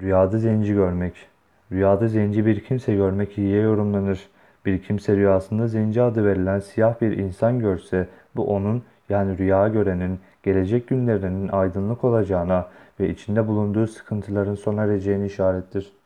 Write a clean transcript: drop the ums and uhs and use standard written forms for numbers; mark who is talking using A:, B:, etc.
A: Rüyada zenci görmek. Rüyada zenci bir kimse görmek iyiye yorumlanır. Bir kimse rüyasında zenci adı verilen siyah bir insan görse, bu onun, yani rüya görenin gelecek günlerinin aydınlık olacağına ve içinde bulunduğu sıkıntıların sona ereceğini işarettir.